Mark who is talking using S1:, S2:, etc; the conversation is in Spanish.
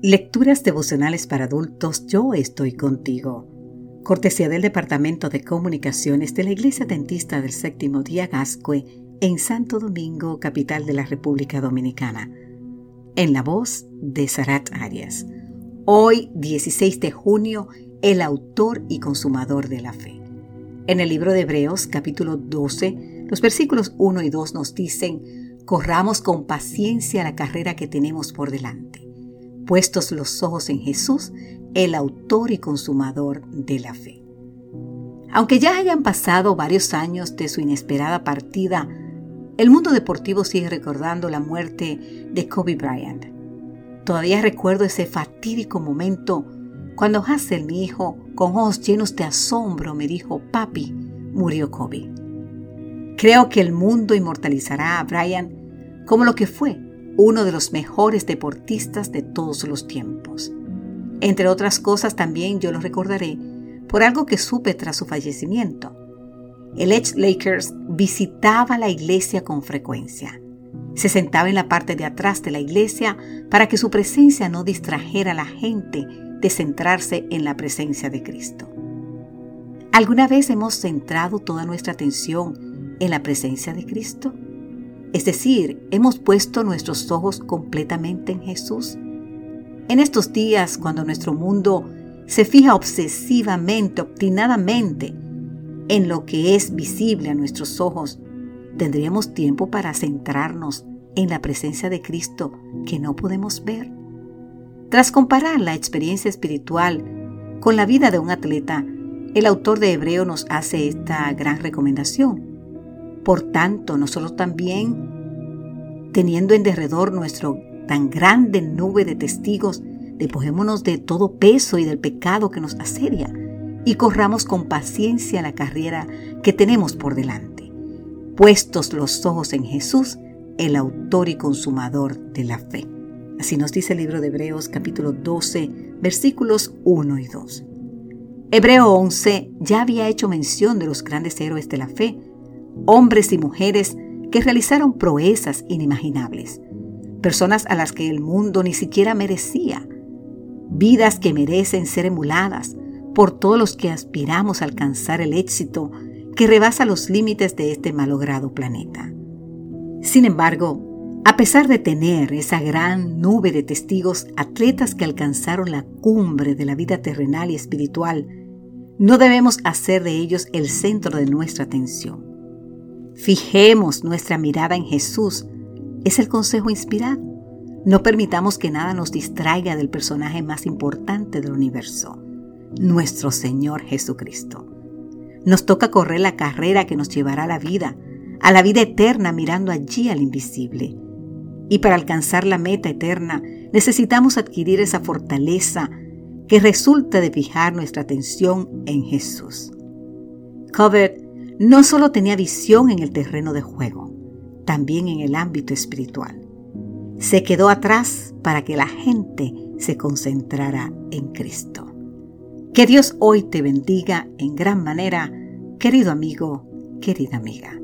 S1: Lecturas devocionales para adultos. Yo estoy contigo. Cortesía del Departamento de Comunicaciones de la Iglesia Adventista del Séptimo Día Gascue en Santo Domingo, capital de la República Dominicana. En la voz de Sarat Arias. Hoy, 16 de junio, el autor y consumador de la fe. En el libro de Hebreos, capítulo 12, los versículos 1 y 2 nos dicen: corramos con paciencia la carrera que tenemos por delante, puestos los ojos en Jesús, el autor y consumador de la fe. Aunque ya hayan pasado varios años de su inesperada partida, el mundo deportivo sigue recordando la muerte de Kobe Bryant. Todavía recuerdo ese fatídico momento cuando Hazel, mi hijo, con ojos llenos de asombro, me dijo: «Papi, murió Kobe». Creo que el mundo inmortalizará a Bryant como lo que fue, uno de los mejores deportistas de todos los tiempos. Entre otras cosas, también yo lo recordaré por algo que supe tras su fallecimiento. El ex Lakers visitaba la iglesia con frecuencia. Se sentaba en la parte de atrás de la iglesia para que su presencia no distrajera a la gente de centrarse en la presencia de Cristo. ¿Alguna vez hemos centrado toda nuestra atención en la presencia de Cristo? Es decir, ¿hemos puesto nuestros ojos completamente en Jesús? En estos días, cuando nuestro mundo se fija obsesivamente, obstinadamente en lo que es visible a nuestros ojos, ¿tendríamos tiempo para centrarnos en la presencia de Cristo que no podemos ver? Tras comparar la experiencia espiritual con la vida de un atleta, el autor de Hebreo nos hace esta gran recomendación. Por tanto, nosotros también, teniendo en derredor nuestro tan grande nube de testigos, despojémonos de todo peso y del pecado que nos asedia y corramos con paciencia la carrera que tenemos por delante, puestos los ojos en Jesús, el autor y consumador de la fe. Así nos dice el libro de Hebreos, capítulo 12, versículos 1 y 2. Hebreo 11 ya había hecho mención de los grandes héroes de la fe, hombres y mujeres que realizaron proezas inimaginables, personas a las que el mundo ni siquiera merecía, vidas que merecen ser emuladas por todos los que aspiramos a alcanzar el éxito que rebasa los límites de este malogrado planeta. Sin embargo, a pesar de tener esa gran nube de testigos, atletas que alcanzaron la cumbre de la vida terrenal y espiritual, no debemos hacer de ellos el centro de nuestra atención. Fijemos nuestra mirada en Jesús, es el consejo inspirado. No permitamos que nada nos distraiga del personaje más importante del universo, nuestro Señor Jesucristo. Nos toca correr la carrera que nos llevará a la vida eterna, mirando allí al invisible. Y para alcanzar la meta eterna, necesitamos adquirir esa fortaleza que resulta de fijar nuestra atención en Jesús. Kobe no solo tenía visión en el terreno de juego, también en el ámbito espiritual. Se quedó atrás para que la gente se concentrara en Cristo. Que Dios hoy te bendiga en gran manera, querido amigo, querida amiga.